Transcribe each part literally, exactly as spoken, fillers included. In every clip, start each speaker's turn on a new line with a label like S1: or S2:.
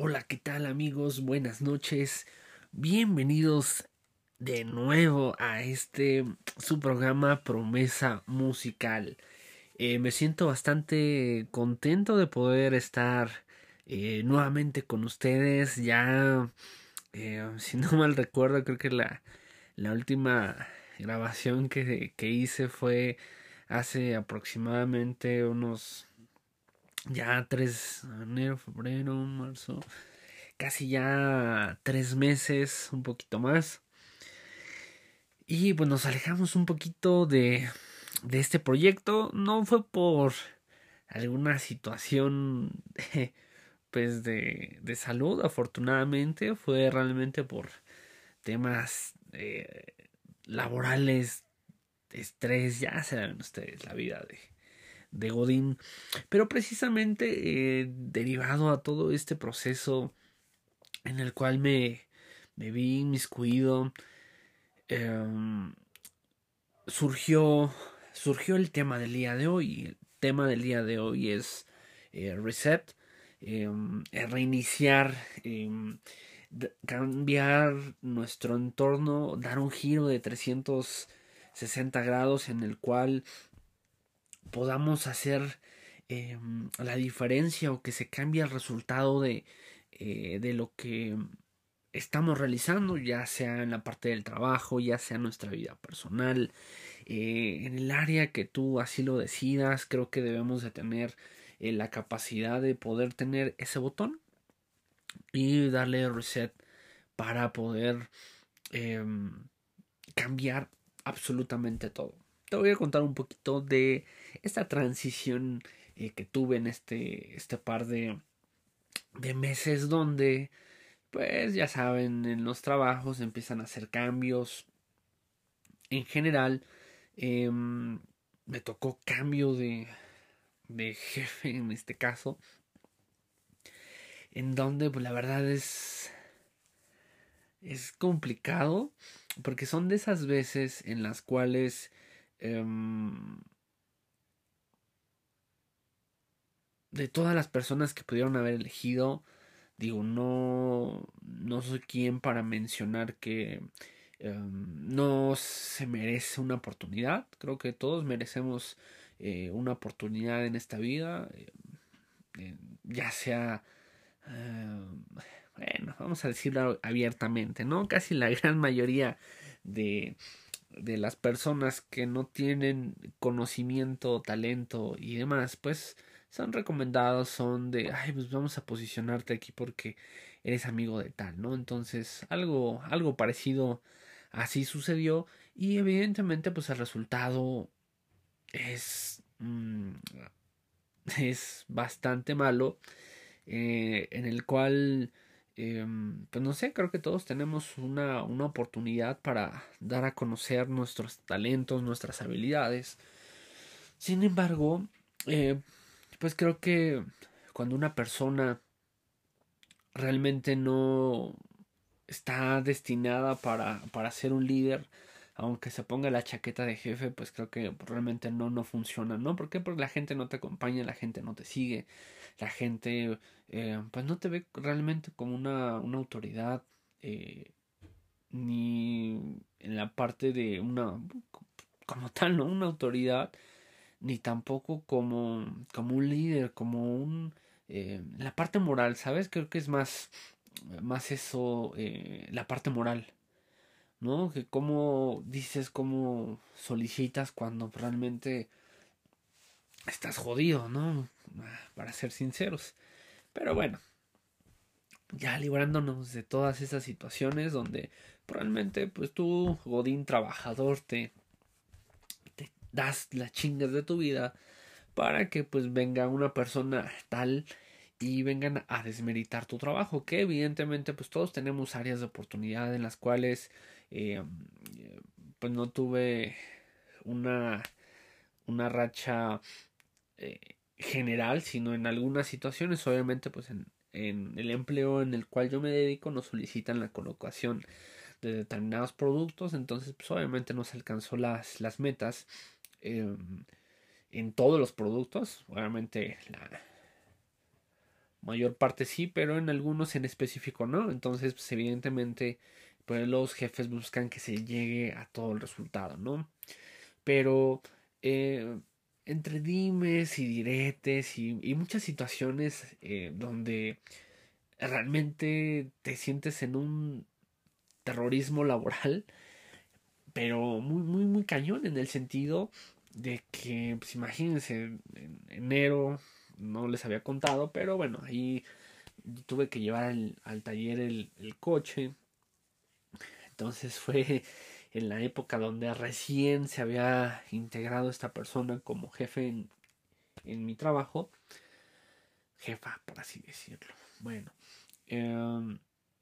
S1: Hola, ¿qué tal amigos? Buenas noches. Bienvenidos de nuevo a este su programa Promesa Musical. Eh, me siento bastante contento de poder estar eh, nuevamente con ustedes. Ya, eh, si no mal recuerdo, creo que la, la última grabación que, que hice fue hace aproximadamente unos ya tres, enero, febrero, marzo, casi ya tres meses, un poquito más. Y pues nos alejamos un poquito de, de este proyecto. No fue por alguna situación de, pues de, de salud, afortunadamente. Fue realmente por temas eh, laborales, estrés, ya saben ustedes, la vida de, de Godín. Pero precisamente eh, derivado a todo este proceso en el cual me, me vi inmiscuido, eh, surgió, surgió el tema del día de hoy. El tema del día de hoy es eh, reset, eh, reiniciar, eh, cambiar nuestro entorno, dar un giro de trescientos sesenta grados en el cual podamos hacer eh, la diferencia o que se cambie el resultado de, eh, de lo que estamos realizando, ya sea en la parte del trabajo, ya sea en nuestra vida personal, eh, en el área que tú así lo decidas. Creo que debemos de tener eh, la capacidad de poder tener ese botón y darle reset para poder eh, cambiar absolutamente todo. Te voy a contar un poquito de esta transición eh, que tuve en este, este par de, de meses donde, pues ya saben, en los trabajos empiezan a hacer cambios. En general, eh, me tocó cambio de, de jefe en este caso, en donde pues la verdad es, es complicado, porque son de esas veces en las cuales eh, de todas las personas que pudieron haber elegido, digo, no, no soy quien para mencionar que eh, no se merece una oportunidad. Creo que todos merecemos eh, una oportunidad en esta vida, eh, eh, ya sea, eh, bueno, vamos a decirlo abiertamente, ¿no? Casi la gran mayoría de, de las personas que no tienen conocimiento, talento y demás, pues son recomendados, son de, ay, pues vamos a posicionarte aquí porque eres amigo de tal, ¿no? Entonces, algo, algo parecido así sucedió y evidentemente pues el resultado es, mm, es bastante malo, eh, en el cual, eh, pues no sé, creo que todos tenemos una, una oportunidad para dar a conocer nuestros talentos, nuestras habilidades. Sin embargo, eh, pues creo que cuando una persona realmente no está destinada para, para ser un líder, aunque se ponga la chaqueta de jefe, pues creo que realmente no, no funciona, ¿no? ¿Por qué? Porque la gente no te acompaña, la gente no te sigue, la gente eh, pues no te ve realmente como una, una autoridad, eh, ni en la parte de una, como tal, ¿no? Una autoridad, ni tampoco como, como un líder, como un... Eh, la parte moral, ¿sabes? Creo que es más, más eso, eh, la parte moral, ¿no? Que cómo dices, cómo solicitas cuando realmente estás jodido, ¿no? Para ser sinceros. Pero bueno, ya librándonos de todas esas situaciones donde realmente pues tú, Godín trabajador, te, te das las chingas de tu vida para que pues venga una persona tal y vengan a desmeritar tu trabajo, que evidentemente pues todos tenemos áreas de oportunidad en las cuales eh, pues no tuve una, una racha eh, general, sino en algunas situaciones, obviamente pues en, en el empleo en el cual yo me dedico nos solicitan la colocación de determinados productos, entonces pues obviamente no se alcanzó las, las metas eh, en todos los productos, obviamente la, mayor parte sí, pero en algunos en específico no. Entonces, pues evidentemente, pues los jefes buscan que se llegue a todo el resultado, ¿no? Pero eh, entre dimes y diretes y, y muchas situaciones eh, donde realmente te sientes en un terrorismo laboral, pero muy, muy, muy cañón en el sentido de que, pues imagínense, en enero no les había contado, pero bueno, ahí tuve que llevar al, al taller el, el coche. Entonces fue en la época donde recién se había integrado esta persona como jefe en, en mi trabajo. Jefa, por así decirlo. Bueno. Eh,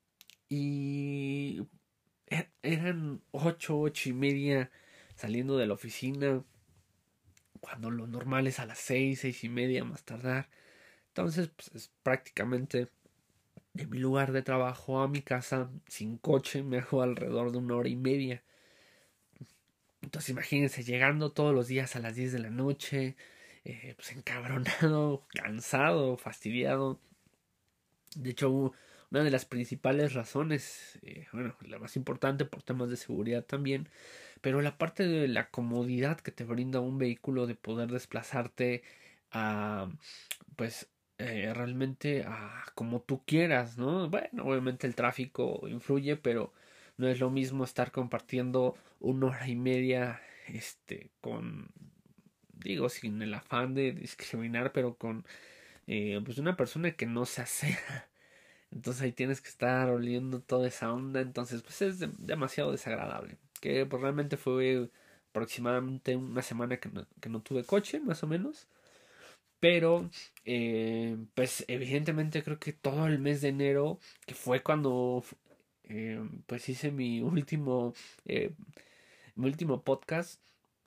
S1: y e- eran ocho, ocho y media saliendo de la oficina. Cuando lo normal es a las seis, seis y media más tardar. Entonces, pues es prácticamente de mi lugar de trabajo a mi casa sin coche me hago alrededor de una hora y media. Entonces imagínense llegando todos los días a las diez de la noche, eh, pues encabronado, cansado, fastidiado. De hecho, una de las principales razones, eh, bueno, la más importante por temas de seguridad también, pero la parte de la comodidad que te brinda un vehículo de poder desplazarte a, pues, eh, realmente a como tú quieras, ¿no? Bueno, obviamente el tráfico influye, pero no es lo mismo estar compartiendo una hora y media, este, con, digo, sin el afán de discriminar, pero con, eh, pues, una persona que no se hace. Entonces ahí tienes que estar oliendo toda esa onda. Entonces, pues es de- demasiado desagradable. Que pues realmente fue aproximadamente una semana que no, que no tuve coche, más o menos. Pero, eh, pues evidentemente creo que todo el mes de enero, que fue cuando eh, pues hice mi último, eh, mi último podcast,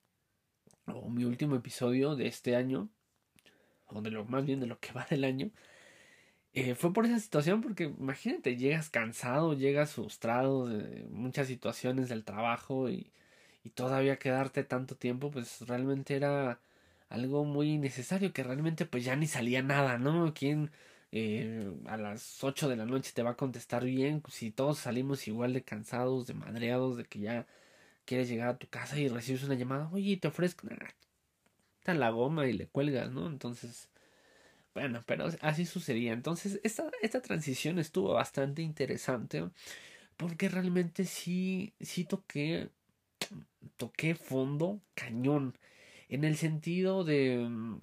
S1: o mi último episodio de este año, o de lo más bien de lo que va del año. Eh, fue por esa situación, porque imagínate, llegas cansado, llegas frustrado de muchas situaciones del trabajo y, y todavía quedarte tanto tiempo, pues realmente era algo muy innecesario, que realmente pues ya ni salía nada, ¿no? ¿Quién eh, a las ocho de la noche te va a contestar bien si todos salimos igual de cansados, de madreados, de que ya quieres llegar a tu casa y recibes una llamada, oye, te ofrezco, nada, está en la goma y le cuelgas, ¿no? Entonces... Bueno, pero así sucedía. Entonces, esta, esta transición estuvo bastante interesante porque realmente sí, sí toqué, toqué fondo cañón. En el sentido de, mm,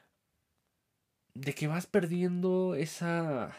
S1: de que vas perdiendo esa,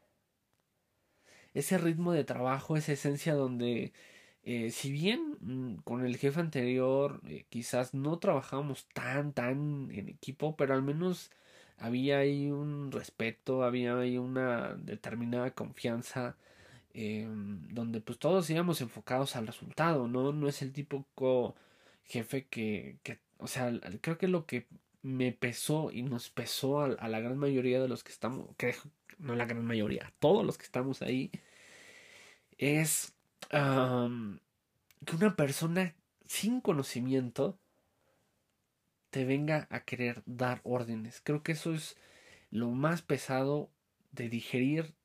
S1: ese ritmo de trabajo, esa esencia donde, eh, si bien mm, con el jefe anterior eh, quizás no trabajábamos tan, tan en equipo, pero al menos había ahí un respeto, había ahí una determinada confianza, eh, donde pues todos íbamos enfocados al resultado, ¿no? No es el típico jefe que, que o sea, creo que lo que me pesó y nos pesó a, a la gran mayoría de los que estamos, creo, no la gran mayoría, a todos los que estamos ahí, es am, que una persona sin conocimiento te venga a querer dar órdenes. Creo que eso es lo más pesado de digerir,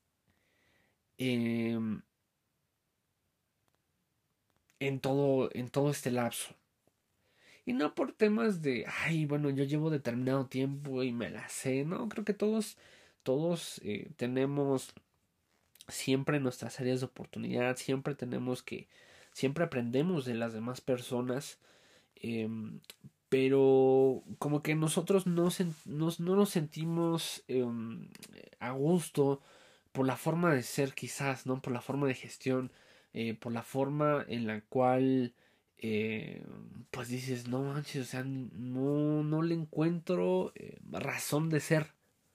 S1: em, en todo, en todo este lapso. Y no por temas de, ay, bueno, yo llevo determinado tiempo y me la sé, ¿no? Creo que todos, todos eh, tenemos siempre nuestras áreas de oportunidad, siempre tenemos que, siempre aprendemos de las demás personas, em, pero como que nosotros no, sen- nos, no nos sentimos em, a gusto por la forma de ser quizás, ¿no? Por la forma de gestión, eh, por la forma en la cual, eh, pues dices, no manches, o sea, no, no le encuentro eh, razón de ser.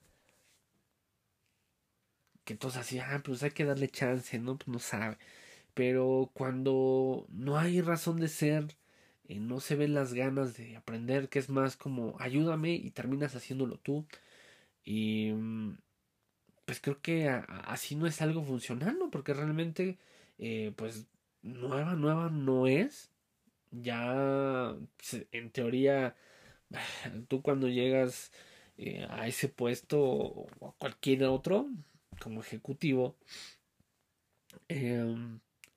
S1: Que entonces así, ah, pues hay que darle chance, ¿no? Pues no sabe. Pero cuando no hay razón de ser, eh, no se ven las ganas de aprender, que es más como ayúdame y terminas haciéndolo tú. Y mm, pues creo que a- a- así no es algo funcionando, porque realmente, eh, pues nueva, nueva no es. Ya, se- en teoría, tú cuando llegas eh, a ese puesto o a cualquier otro como ejecutivo, eh,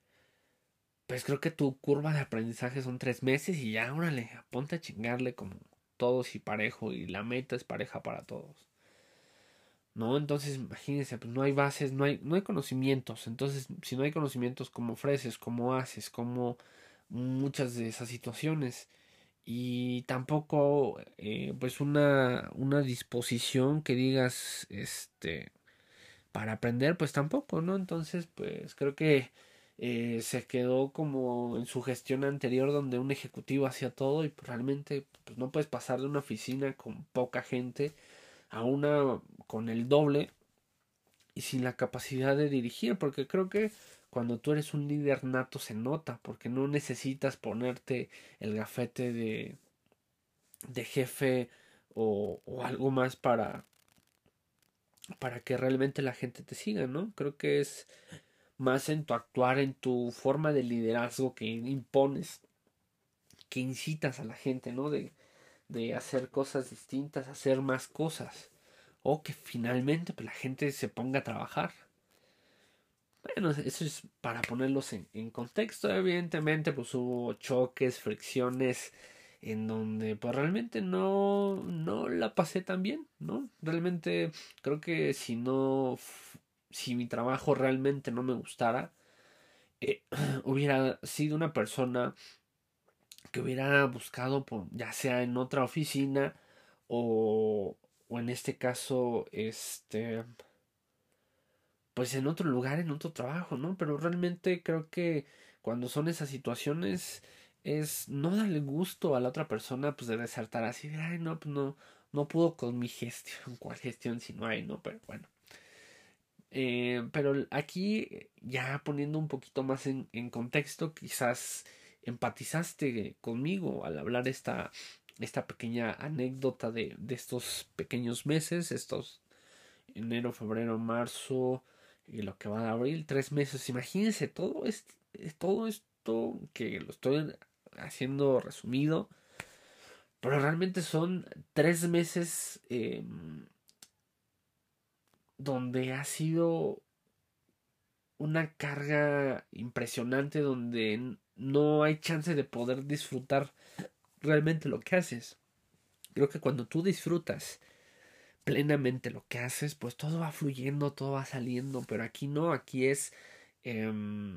S1: pues creo que tu curva de aprendizaje son tres meses y ya, órale, ponte a chingarle como todos y parejo y la meta es pareja para todos. ¿No? Entonces, imagínense, pues no hay bases, no hay, no hay conocimientos. Entonces, si no hay conocimientos, ¿cómo ofreces? ¿Cómo haces? ¿Cómo muchas de esas situaciones? Y tampoco, eh, pues una, una disposición que digas, este, para aprender, pues tampoco, ¿no? Entonces, pues creo que eh, se quedó como en su gestión anterior donde un ejecutivo hacía todo y pues, realmente pues, no puedes pasar de una oficina con poca gente a una con el doble y sin la capacidad de dirigir, porque creo que cuando tú eres un líder nato se nota, porque no necesitas ponerte el gafete de, de jefe o, o algo más para, para que realmente la gente te siga, ¿no? Creo que es más en tu actuar, en tu forma de liderazgo que impones, que incitas a la gente, ¿no? De, de hacer cosas distintas, hacer más cosas. O que finalmente pues, la gente se ponga a trabajar. Bueno, eso es para ponerlos en, en contexto. Evidentemente, pues hubo choques, fricciones, en donde pues realmente no, no la pasé tan bien, ¿no? Realmente creo que si no, si mi trabajo realmente no me gustara, eh, hubiera sido una persona que hubiera buscado por, ya sea en otra oficina o, o en este caso, este, pues en otro lugar, en otro trabajo, ¿no? Pero realmente creo que cuando son esas situaciones es no darle gusto a la otra persona, pues de resaltar así de, ay, no, pues no, no pudo con mi gestión, ¿cuál gestión si no hay, no? Pero bueno. Eh, pero aquí, ya poniendo un poquito más en, en contexto, quizás empatizaste conmigo al hablar esta, esta pequeña anécdota de, de estos pequeños meses, estos enero, febrero, marzo y lo que va de abril, tres meses. Imagínense todo esto, todo esto que lo estoy haciendo resumido, pero realmente son tres meses eh, donde ha sido una carga impresionante donde no hay chance de poder disfrutar realmente lo que haces. Creo que cuando tú disfrutas plenamente lo que haces, pues todo va fluyendo, todo va saliendo, pero aquí no, aquí es eh,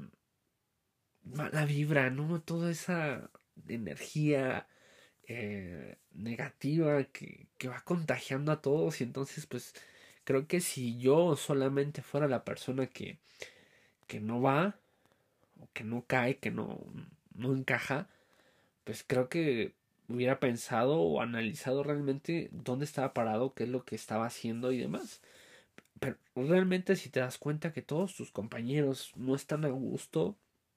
S1: mala vibra, ¿no? Toda esa energía eh, negativa que, que va contagiando a todos y entonces pues creo que si yo solamente fuera la persona que, que no va, o que no cae, que no, no encaja, pues creo que hubiera pensado o analizado realmente dónde estaba parado, qué es lo que estaba haciendo y demás. Pero realmente si te das cuenta que todos tus compañeros no están a gusto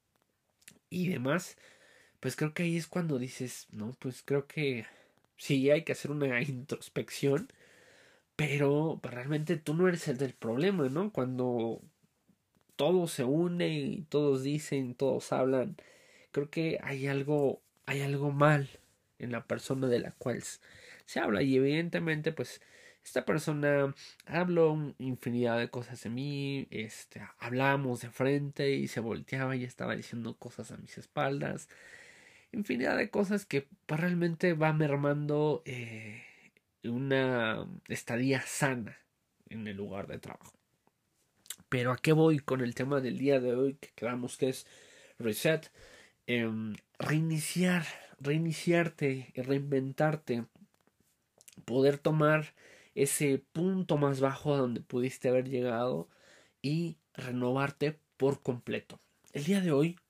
S1: y demás, pues creo que ahí es cuando dices, no, pues creo que sí hay que hacer una introspección, pero pues, realmente tú no eres el del problema, ¿no? Cuando todo se une y todos dicen, todos hablan, creo que hay algo, hay algo mal en la persona de la cual se habla y evidentemente pues esta persona habló infinidad de cosas de mí, este, hablamos de frente y se volteaba y estaba diciendo cosas a mis espaldas, infinidad de cosas que pues, realmente va mermando eh, una estadía sana en el lugar de trabajo. Pero ¿a qué voy con el tema del día de hoy que creamos que es reset? Eh, reiniciar, reiniciarte, reinventarte, poder tomar ese punto más bajo a donde pudiste haber llegado y renovarte por completo. El día de hoy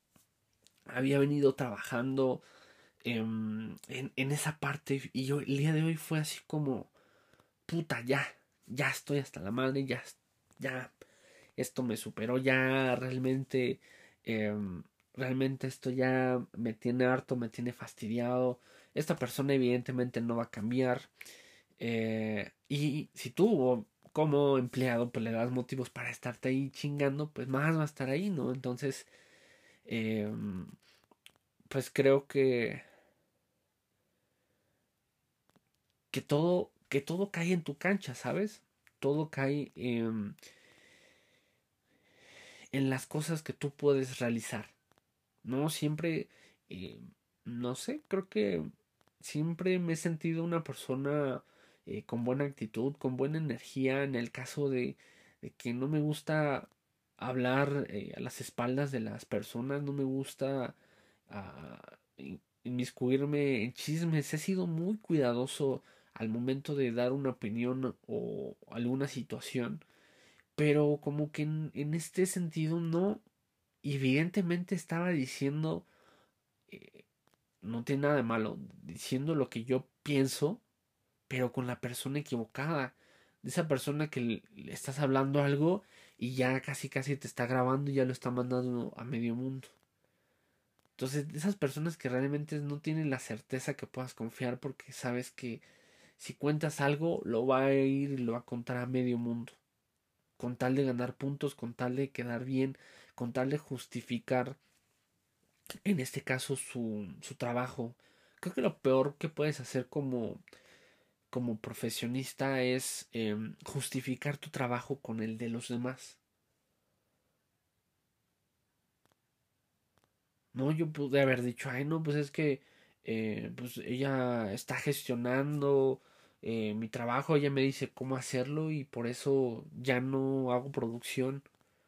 S1: había venido trabajando en, en, en esa parte y yo el día de hoy fue así como, puta, ya, ya estoy hasta la madre, ya, ya, esto me superó, ya realmente, eh, realmente esto ya me tiene harto, me tiene fastidiado. Esta persona evidentemente no va a cambiar. Eh, y si tú como empleado pues le das motivos para estarte ahí chingando, pues más va a estar ahí, ¿no? Entonces, eh, pues creo que, que todo que todo cae en tu cancha, ¿sabes? Todo cae en, en las cosas que tú puedes realizar. No siempre, eh, no sé, creo que siempre me he sentido una persona eh, con buena actitud, con buena energía, en el caso de, de que no me gusta hablar eh, a las espaldas de las personas, no me gusta ah, in- inmiscuirme en chismes, he sido muy cuidadoso al momento de dar una opinión o alguna situación, pero como que en, en este sentido no, evidentemente estaba diciendo, eh, no tiene nada de malo, diciendo lo que yo pienso, pero con la persona equivocada. De esa persona que le, le estás hablando algo y ya casi casi te está grabando y ya lo está mandando a medio mundo. Entonces, de esas personas que realmente no tienen la certeza que puedas confiar porque sabes que si cuentas algo lo va a ir y lo va a contar a medio mundo. Con tal de ganar puntos, con tal de quedar bien, con tal de justificar en este caso su, su trabajo. Creo que lo peor que puedes hacer como, como profesionista es eh, justificar tu trabajo con el de los demás. No, yo pude haber dicho, ay, no, pues es que eh, pues ella está gestionando eh, mi trabajo, ella me dice cómo hacerlo y por eso ya no hago producción.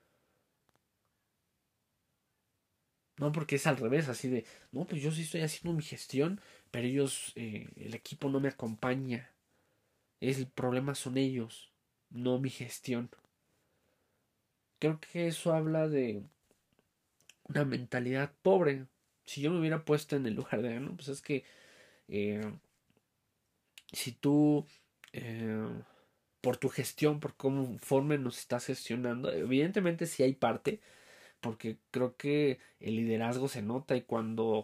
S1: No, porque es al revés, así de, no, pues yo sí estoy haciendo mi gestión, pero ellos, eh, el equipo no me acompaña. El problema son ellos, no mi gestión. Creo que eso habla de una mentalidad pobre. Si yo me hubiera puesto en el lugar de, no, pues es que eh, si tú, eh, por tu gestión, por cómo forma nos estás gestionando, evidentemente sí hay parte, porque creo que el liderazgo se nota y cuando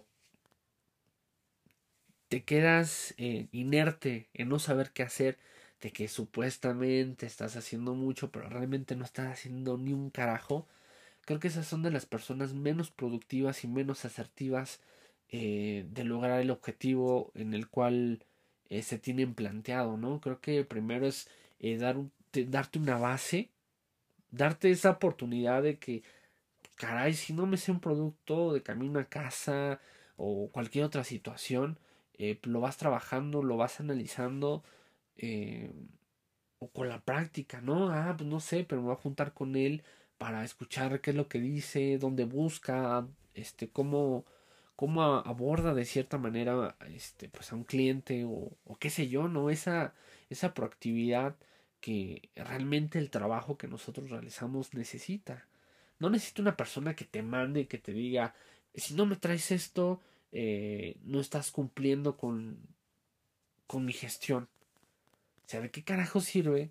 S1: te quedas eh, inerte en no saber qué hacer, de que supuestamente estás haciendo mucho, pero realmente no estás haciendo ni un carajo. Creo que esas son de las personas menos productivas y menos asertivas eh, de lograr el objetivo en el cual eh, se tienen planteado, ¿no? Creo que primero es eh, dar un, te- darte una base, darte esa oportunidad de que, caray, si no me sé un producto de camino a casa o cualquier otra situación, eh, lo vas trabajando, lo vas analizando, eh, o con la práctica, ¿no? Ah, pues no sé, pero me voy a juntar con él para escuchar qué es lo que dice, dónde busca, este, cómo, cómo a- aborda de cierta manera, este, pues a un cliente o, o qué sé yo, ¿no? Esa, esa proactividad que realmente el trabajo que nosotros realizamos necesita. No necesita una persona que te mande y que te diga, si no me traes esto, eh, no estás cumpliendo con, con mi gestión. O sea, ¿de qué carajo sirve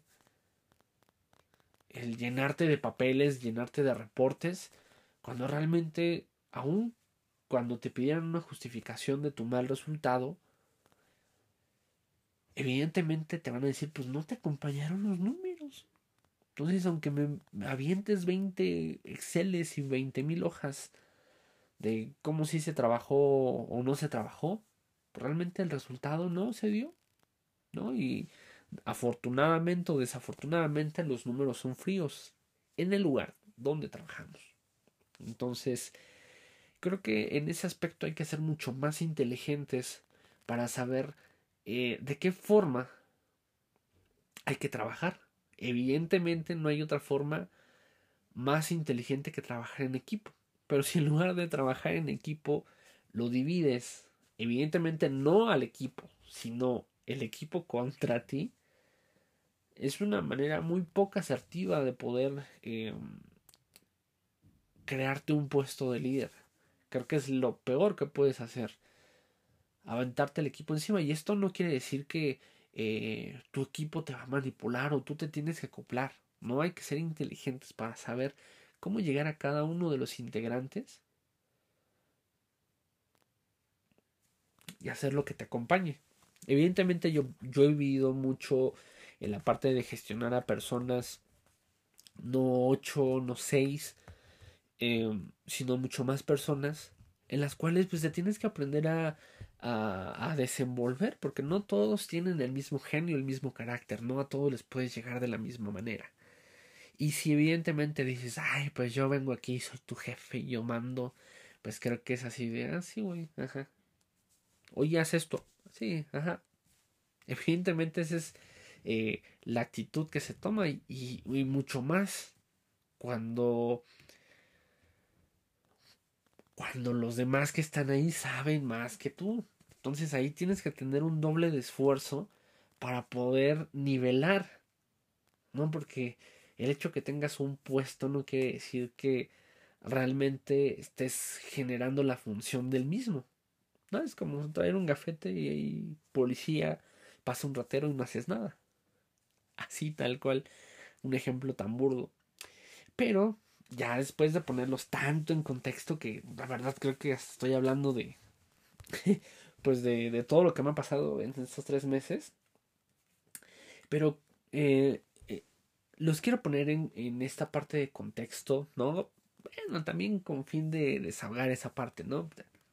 S1: el llenarte de papeles, llenarte de reportes, cuando realmente, aún cuando te pidieran una justificación de tu mal resultado, evidentemente te van a decir, pues no te acompañaron los números. Entonces, aunque me avientes veinte Exceles y veinte mil hojas de cómo sí se trabajó o no se trabajó, realmente el resultado no se dio, ¿no? Y afortunadamente o desafortunadamente los números son fríos en el lugar donde trabajamos. Entonces, creo que en ese aspecto hay que ser mucho más inteligentes para saber eh, de qué forma hay que trabajar. Evidentemente no hay otra forma más inteligente que trabajar en equipo. Pero si en lugar de trabajar en equipo lo divides, evidentemente no al equipo, sino el equipo contra ti, es una manera muy poco asertiva de poder eh, crearte un puesto de líder. Creo que es lo peor que puedes hacer, aventarte el equipo encima. Y esto no quiere decir que eh, tu equipo te va a manipular o tú te tienes que acoplar. No, hay que ser inteligentes para saber cómo llegar a cada uno de los integrantes y hacer lo que te acompañe. Evidentemente yo, yo he vivido mucho en la parte de gestionar a personas, no ocho, no seis, eh, sino mucho más personas, en las cuales pues te tienes que aprender a, a, a desenvolver, porque no todos tienen el mismo genio, el mismo carácter, no a todos les puedes llegar de la misma manera. Y si evidentemente dices, ay, pues yo vengo aquí, soy tu jefe y yo mando, pues creo que es así de, ah, sí, güey, ajá. Oye, haz esto, sí, ajá. Evidentemente esa es eh, la actitud que se toma y, y, y mucho más cuando, cuando los demás que están ahí saben más que tú. Entonces ahí tienes que tener un doble de esfuerzo para poder nivelar, ¿no? Porque el hecho que tengas un puesto no quiere decir que realmente estés generando la función del mismo, ¿no? Es como traer un gafete y hay policía, pasa un ratero y no haces nada. Así tal cual, un ejemplo tan burdo. Pero ya después de ponerlos tanto en contexto que la verdad creo que estoy hablando de pues de, de todo lo que me ha pasado en estos tres meses. Pero eh, eh, los quiero poner en, en esta parte de contexto, ¿no? Bueno, también con fin de desahogar esa parte, ¿no?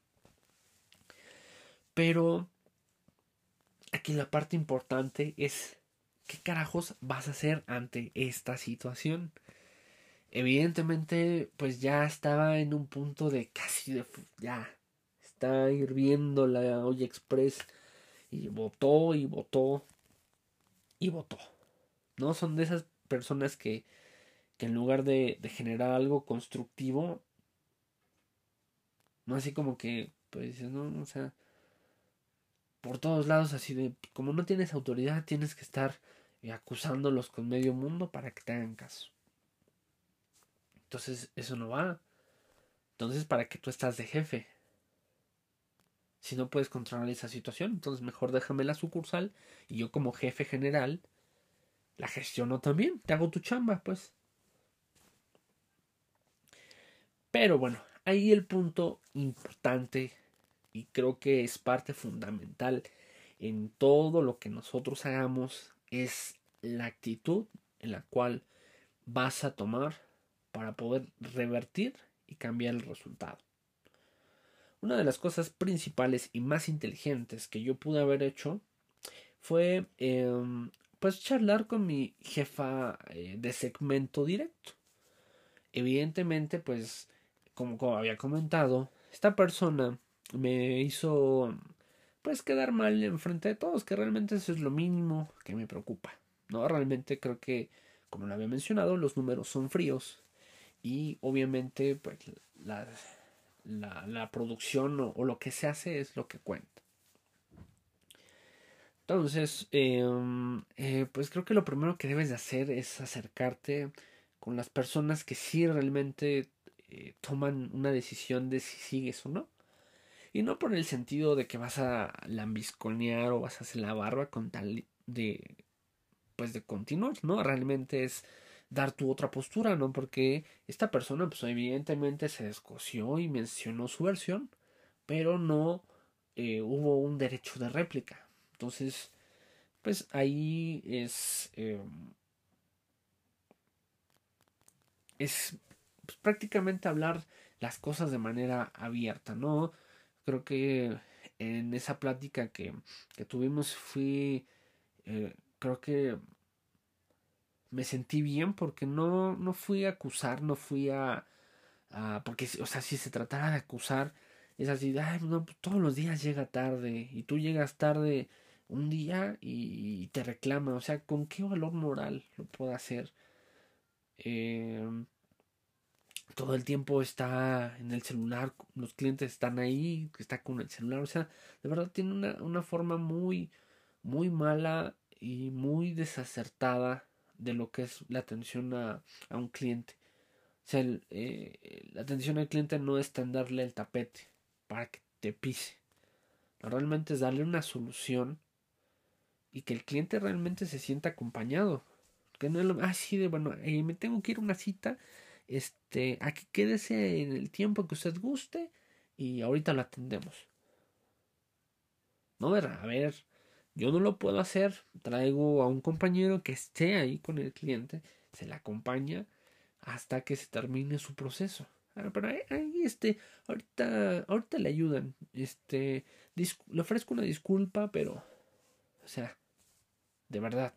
S1: Pero aquí la parte importante es qué carajos vas a hacer ante esta situación. Evidentemente, pues ya estaba en un punto de casi de ya está hirviendo la olla express y votó y votó y votó. ¿No? Son de esas personas que, que en lugar de, de generar algo constructivo, no así como que, pues dices, no, o sea, por todos lados así de, como no tienes autoridad, tienes que estar eh, acusándolos con medio mundo para que te hagan caso. Entonces, eso no va. Entonces, ¿para qué tú estás de jefe? Si no puedes controlar esa situación, entonces mejor déjame la sucursal y yo como jefe general la gestiono también, te hago tu chamba, pues. Pero bueno, ahí el punto importante y creo que es parte fundamental en todo lo que nosotros hagamos es la actitud en la cual vas a tomar para poder revertir y cambiar el resultado. Una de las cosas principales y más inteligentes que yo pude haber hecho fue eh, pues charlar con mi jefa eh, de segmento directo. Evidentemente, pues como, como había comentado, esta persona me hizo pues quedar mal enfrente de todos, que realmente eso es lo mínimo que me preocupa. No, realmente creo que, como lo había mencionado, los números son fríos y obviamente pues la, la, la producción o, o lo que se hace es lo que cuenta. Entonces, eh, eh, pues creo que lo primero que debes de hacer es acercarte con las personas que sí realmente eh, toman una decisión de si sigues o no. Y no por el sentido de que vas a lambisconear o vas a hacer la barba con tal de, pues de continuar, ¿no? Realmente es dar tu otra postura, ¿no? Porque esta persona, pues evidentemente se descoció y mencionó su versión, pero no eh, hubo un derecho de réplica. Entonces, pues ahí es, eh, es pues, prácticamente hablar las cosas de manera abierta, ¿no? Creo que en esa plática que, que tuvimos fui, eh, creo que me sentí bien porque no, no fui a acusar, no fui a, a porque, o sea, si se tratara de acusar, es así, de, ay, no, pues, todos los días llega tarde y tú llegas tarde un día y te reclama, o sea, ¿con qué valor moral lo puedo hacer? Eh, todo el tiempo está en el celular, los clientes están ahí, está con el celular, o sea, de verdad tiene una, una forma muy, muy mala y muy desacertada de lo que es la atención a, a un cliente. O sea, el, eh, la atención al cliente no es tenderle el tapete para que te pise. Realmente es darle una solución y que el cliente realmente se sienta acompañado. Que no es lo, ah, sí, de bueno, eh, me tengo que ir a una cita. Este, aquí quédese en el tiempo que usted guste y ahorita lo atendemos. No, a ver, yo no lo puedo hacer. Traigo a un compañero que esté ahí con el cliente, se le acompaña hasta que se termine su proceso. Ah, pero ahí, ahí, este, ahorita, ahorita le ayudan, este, dis- le ofrezco una disculpa, pero, o sea, de verdad.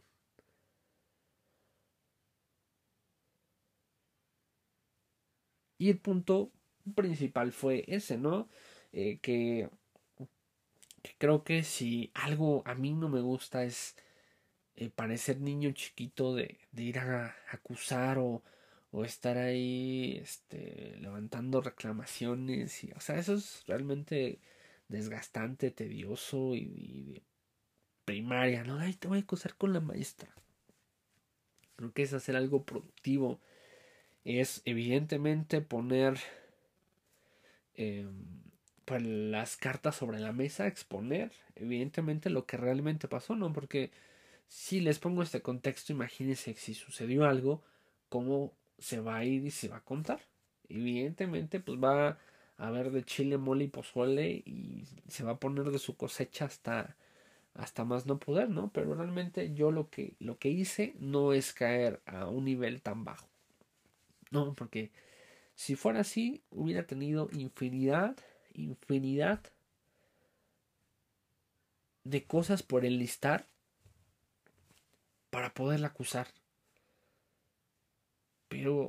S1: Y el punto principal fue ese, ¿no? Eh, que, que creo que si algo a mí no me gusta es eh, parecer niño chiquito de, de ir a acusar o, o estar ahí este, levantando reclamaciones. Y, o sea, eso es realmente desgastante, tedioso y, y de primaria, ¿no? Ay, te voy a acusar con la maestra. Creo que es hacer algo productivo. Es evidentemente poner eh, pues las cartas sobre la mesa, exponer evidentemente lo que realmente pasó, ¿no? Porque si les pongo este contexto, imagínense si sucedió algo, cómo se va a ir y se va a contar. Evidentemente, pues va a haber de chile, mole y pozole y se va a poner de su cosecha hasta, hasta más no poder, ¿no? Pero realmente yo lo que, lo que hice no es caer a un nivel tan bajo, ¿no? Porque si fuera así, hubiera tenido infinidad, infinidad de cosas por enlistar para poderla acusar. Pero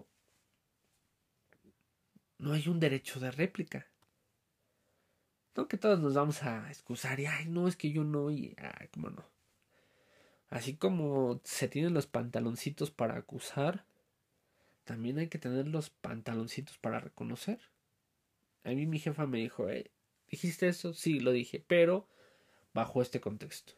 S1: no hay un derecho de réplica. No que todos nos vamos a excusar y, ay, no, es que yo no, y, ay, cómo no. Así como se tienen los pantaloncitos para acusar, también hay que tener los pantaloncitos para reconocer. A mí mi jefa me dijo, eh, ¿dijiste eso? Sí, lo dije, pero bajo este contexto.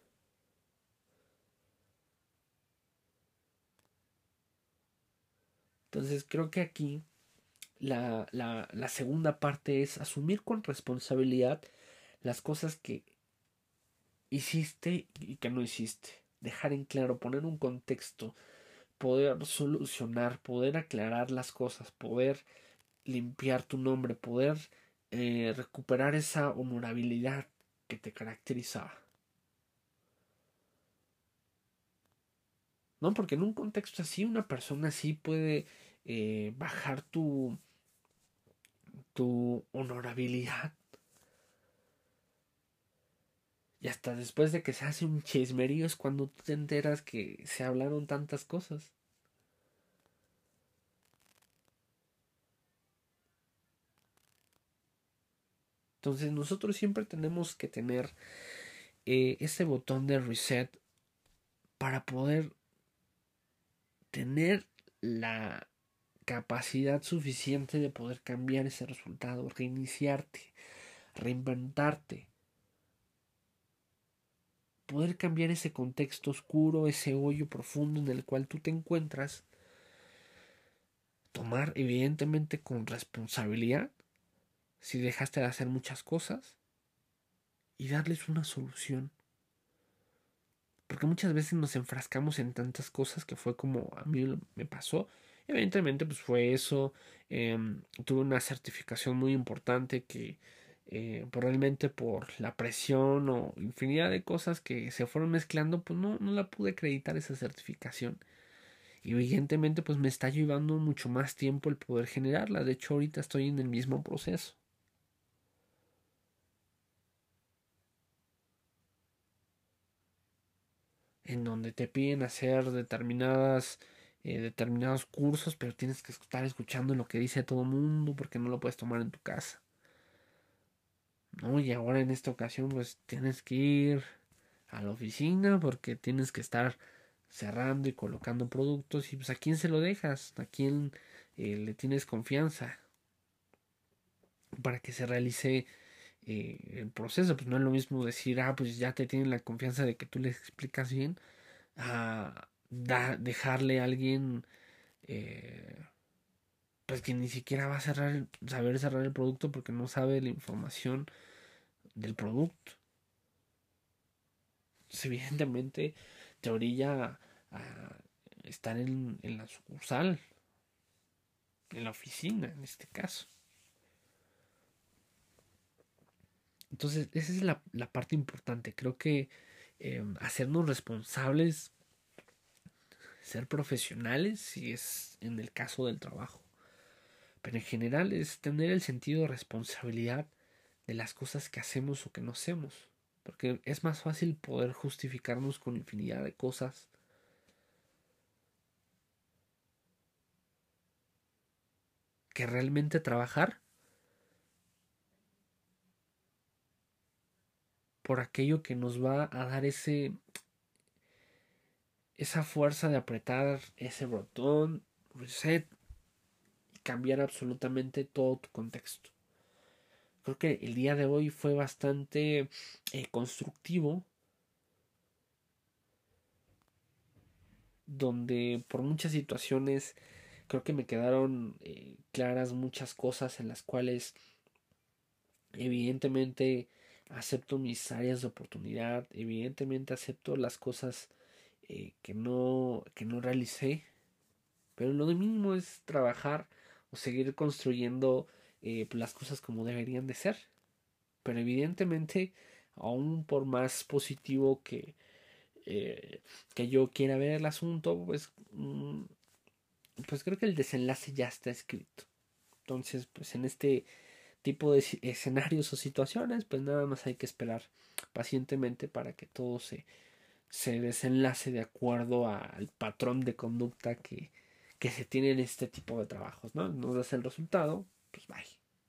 S1: Entonces creo que aquí la, la, la segunda parte es asumir con responsabilidad las cosas que hiciste y que no hiciste. Dejar en claro, poner un contexto, poder solucionar, poder aclarar las cosas, poder limpiar tu nombre, poder eh, recuperar esa honorabilidad que te caracterizaba. ¿No? Porque en un contexto así, una persona así puede eh, bajar tu, tu honorabilidad. Y hasta después de que se hace un chismerío es cuando tú te enteras que se hablaron tantas cosas. Entonces nosotros siempre tenemos que tener eh, ese botón de reset para poder tener la capacidad suficiente de poder cambiar ese resultado, reiniciarte, reinventarte, poder cambiar ese contexto oscuro, ese hoyo profundo en el cual tú te encuentras, tomar evidentemente con responsabilidad si dejaste de hacer muchas cosas y darles una solución. Porque muchas veces nos enfrascamos en tantas cosas que fue como a mí me pasó. Evidentemente, pues fue eso. Eh, tuve una certificación muy importante que eh, pues realmente por la presión o infinidad de cosas que se fueron mezclando, pues no, no la pude acreditar esa certificación. Y evidentemente, pues me está llevando mucho más tiempo el poder generarla. De hecho, ahorita estoy en el mismo proceso. En donde te piden hacer determinadas eh, determinados cursos, pero tienes que estar escuchando lo que dice todo el mundo porque no lo puedes tomar en tu casa, ¿no? Y ahora en esta ocasión pues tienes que ir a la oficina porque tienes que estar cerrando y colocando productos y pues a quién se lo dejas, a quién eh, le tienes confianza para que se realice eh, el proceso. Pues no es lo mismo decir, ah, pues ya te tienen la confianza de que tú les explicas bien, a da, dejarle a alguien eh, pues que ni siquiera va a cerrar el, saber cerrar el producto porque no sabe la información del producto. Entonces, evidentemente te orilla a, a estar en, en la sucursal, en la oficina en este caso. Entonces esa es la, la parte importante. Creo que eh, hacernos responsables, ser profesionales, si es en el caso del trabajo, pero en general es tener el sentido de responsabilidad de las cosas que hacemos o que no hacemos, porque es más fácil poder justificarnos con infinidad de cosas que realmente trabajar por aquello que nos va a dar ese esa fuerza de apretar ese botón reset y cambiar absolutamente todo tu contexto. Creo que el día de hoy fue bastante eh, constructivo, donde por muchas situaciones creo que me quedaron eh, claras muchas cosas en las cuales evidentemente acepto mis áreas de oportunidad, evidentemente acepto las cosas eh, que no que no realicé, pero lo de mínimo es trabajar o seguir construyendo eh, las cosas como deberían de ser. Pero evidentemente, aún por más positivo que, eh, que yo quiera ver el asunto, pues, mm, pues creo que el desenlace ya está escrito. Entonces, pues en este tipo de escenarios o situaciones, pues nada más hay que esperar pacientemente para que todo se, se desenlace de acuerdo a, al patrón de conducta que, que se tiene en este tipo de trabajos, ¿no? Nos das el resultado, pues bye.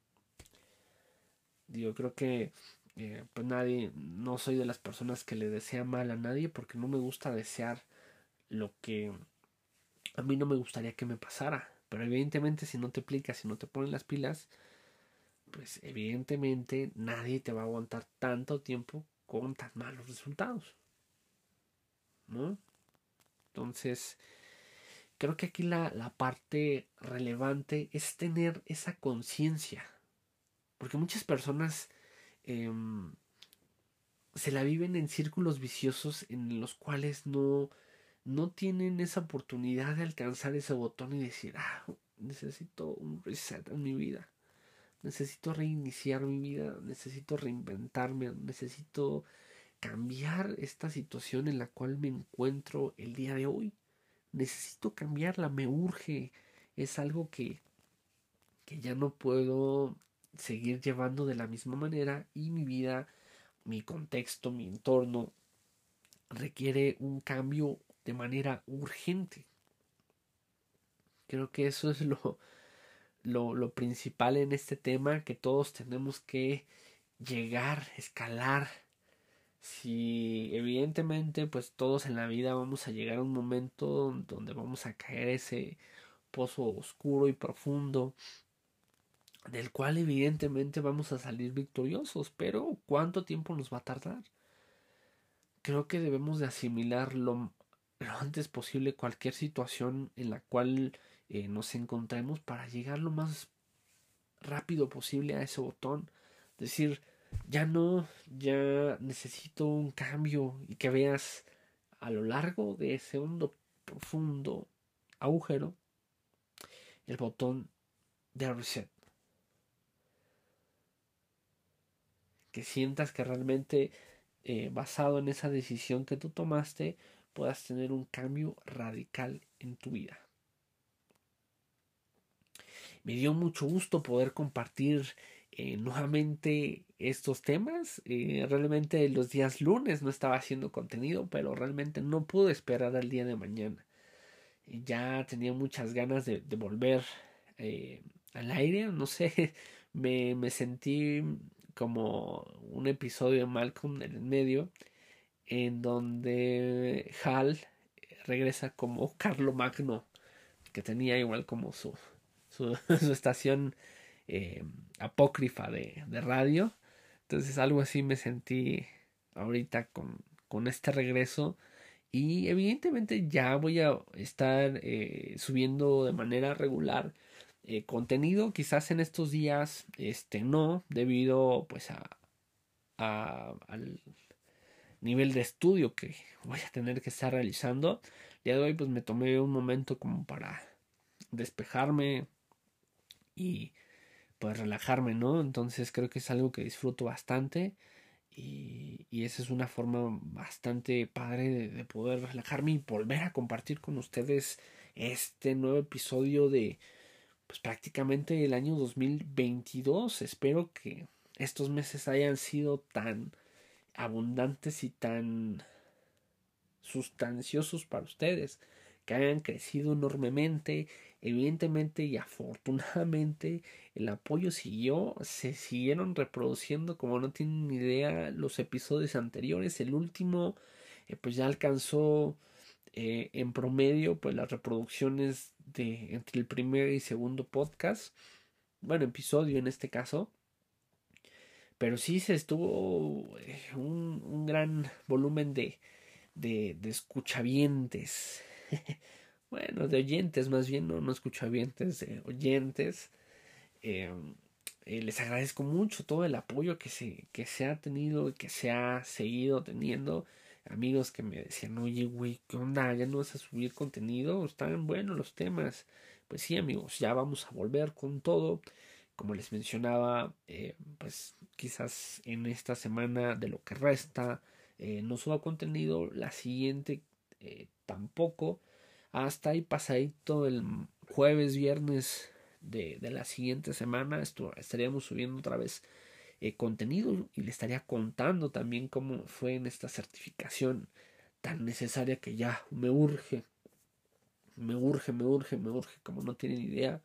S1: Yo creo que eh, pues nadie, no soy de las personas que le desea mal a nadie porque no me gusta desear lo que a mí no me gustaría que me pasara. Pero evidentemente si no te aplicas, si no te ponen las pilas, pues evidentemente nadie te va a aguantar tanto tiempo con tan malos resultados, ¿no? Entonces, creo que aquí la, la parte relevante es tener esa conciencia. Porque muchas personas eh, se la viven en círculos viciosos en los cuales no, no tienen esa oportunidad de alcanzar ese botón y decir, ah, necesito un reset en mi vida, necesito reiniciar mi vida, necesito reinventarme, necesito cambiar esta situación en la cual me encuentro el día de hoy, necesito cambiarla, me urge, es algo que, que ya no puedo seguir llevando de la misma manera y mi vida, mi contexto, mi entorno requiere un cambio de manera urgente. Creo que eso es lo, lo, lo principal en este tema, que todos tenemos que llegar, escalar. Si evidentemente pues todos en la vida vamos a llegar a un momento donde vamos a caer ese pozo oscuro y profundo, del cual evidentemente vamos a salir victoriosos, pero ¿cuánto tiempo nos va a tardar? Creo que debemos de asimilar lo, lo antes posible cualquier situación en la cual eh, nos encontremos para llegar lo más rápido posible a ese botón. Decir, ya no, ya necesito un cambio y que veas a lo largo de ese hondo, profundo agujero el botón de reset. Que sientas que realmente eh, basado en esa decisión que tú tomaste puedas tener un cambio radical en tu vida. Me dio mucho gusto poder compartir eh, nuevamente estos temas. Eh, realmente los días lunes no estaba haciendo contenido, pero realmente no pude esperar al día de mañana. Ya tenía muchas ganas de, de volver eh, al aire, no sé, me, me sentí como un episodio de Malcolm en el medio, en donde Hal regresa como Carlomagno, que tenía igual como su, su, su estación eh, apócrifa de, de radio. Entonces algo así me sentí ahorita con, con este regreso. Y evidentemente ya voy a estar eh, subiendo de manera regular eh, contenido. Quizás en estos días este no, debido pues a, a, al nivel de estudio que voy a tener que estar realizando. El día de hoy pues me tomé un momento como para despejarme y pues relajarme, ¿no? Entonces creo que es algo que disfruto bastante y, y esa es una forma bastante padre de, de poder relajarme y volver a compartir con ustedes este nuevo episodio de pues prácticamente el año dos mil veintidós. Espero que estos meses hayan sido tan abundantes y tan sustanciosos para ustedes, que hayan crecido enormemente. Evidentemente y afortunadamente el apoyo siguió, se siguieron reproduciendo como no tienen ni idea los episodios anteriores. El último eh, pues ya alcanzó eh, en promedio pues las reproducciones de entre el primer y segundo podcast, bueno, episodio en este caso. Pero sí se estuvo eh, un, un gran volumen de, de, de escuchavientes. Bueno, de oyentes más bien, no, no escuchavientes, de oyentes. Eh, eh, les agradezco mucho todo el apoyo que se, que se ha tenido y que se ha seguido teniendo. Amigos que me decían, oye, güey, ¿qué onda? ¿Ya no vas a subir contenido? Están buenos los temas. Pues sí, amigos, ya vamos a volver con todo. Como les mencionaba, eh, pues quizás en esta semana de lo que resta eh, no suba contenido. La siguiente eh, tampoco. Hasta ahí pasadito el jueves, viernes de, de la siguiente semana esto, estaríamos subiendo otra vez eh, contenido y le estaría contando también cómo fue en esta certificación tan necesaria que ya me urge, me urge, me urge, me urge, como no tienen idea,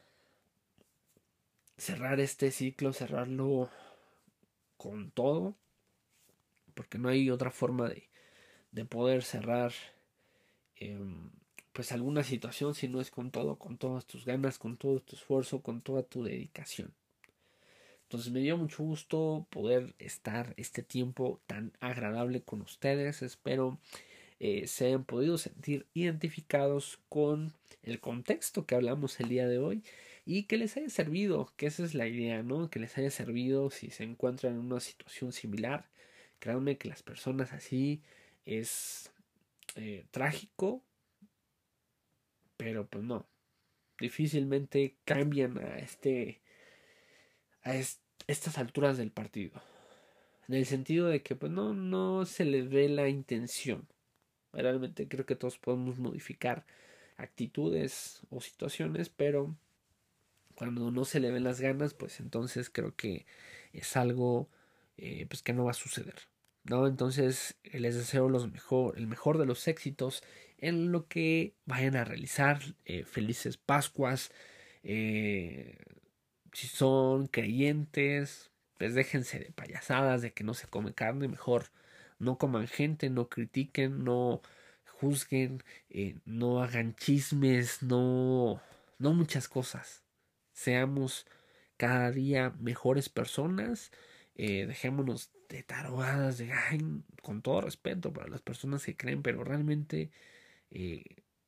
S1: cerrar este ciclo, cerrarlo con todo, porque no hay otra forma de, de poder cerrar eh, pues alguna situación si no es con todo, con todas tus ganas, con todo tu esfuerzo, con toda tu dedicación. Entonces me dio mucho gusto poder estar este tiempo tan agradable con ustedes. Espero eh, se hayan podido sentir identificados con el contexto que hablamos el día de hoy y que les haya servido, que esa es la idea, ¿no? Que les haya servido si se encuentran en una situación similar. Créanme que las personas así es eh, trágico, pero pues no, difícilmente cambian a este a est estas alturas del partido, en el sentido de que pues no no se les ve la intención. Realmente creo que todos podemos modificar actitudes o situaciones, pero cuando no se le ven las ganas, pues entonces creo que es algo eh, pues que no va a suceder, ¿no? Entonces les deseo los mejor, el mejor de los éxitos en lo que vayan a realizar. Eh, felices Pascuas. Eh, si son creyentes, pues déjense de payasadas, de que no se come carne, mejor no coman gente, no critiquen, no juzguen, eh, no hagan chismes, no, no muchas cosas. Seamos cada día mejores personas, eh, dejémonos de tarugadas, de, ay, con todo respeto para las personas que creen, pero realmente eh,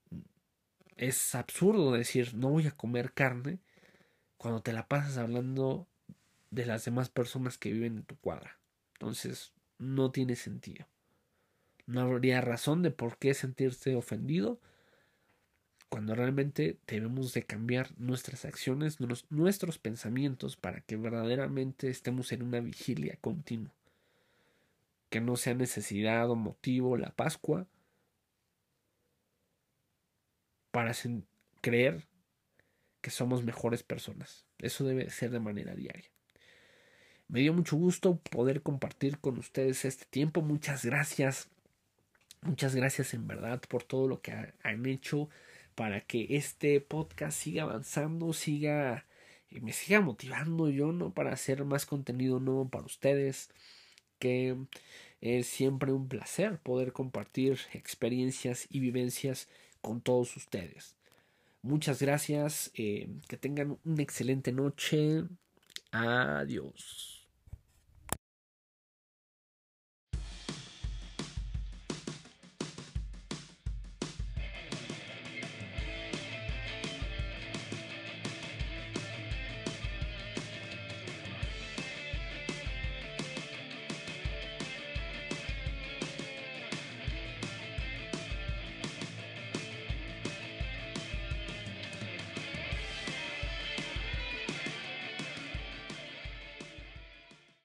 S1: es absurdo decir no voy a comer carne cuando te la pasas hablando de las demás personas que viven en tu cuadra. Entonces, no tiene sentido. No habría razón de por qué sentirse ofendido cuando realmente debemos de cambiar nuestras acciones, nuestros pensamientos para que verdaderamente estemos en una vigilia continua. Que no sea necesidad o motivo la Pascua para creer que somos mejores personas. Eso debe ser de manera diaria. Me dio mucho gusto poder compartir con ustedes este tiempo. Muchas gracias. Muchas gracias en verdad por todo lo que ha, han hecho para que este podcast siga avanzando, siga, eh, me siga motivando yo, ¿no? Para hacer más contenido nuevo para ustedes. Que es siempre un placer poder compartir experiencias y vivencias con todos ustedes. Muchas gracias. Eh, que tengan una excelente noche. Adiós.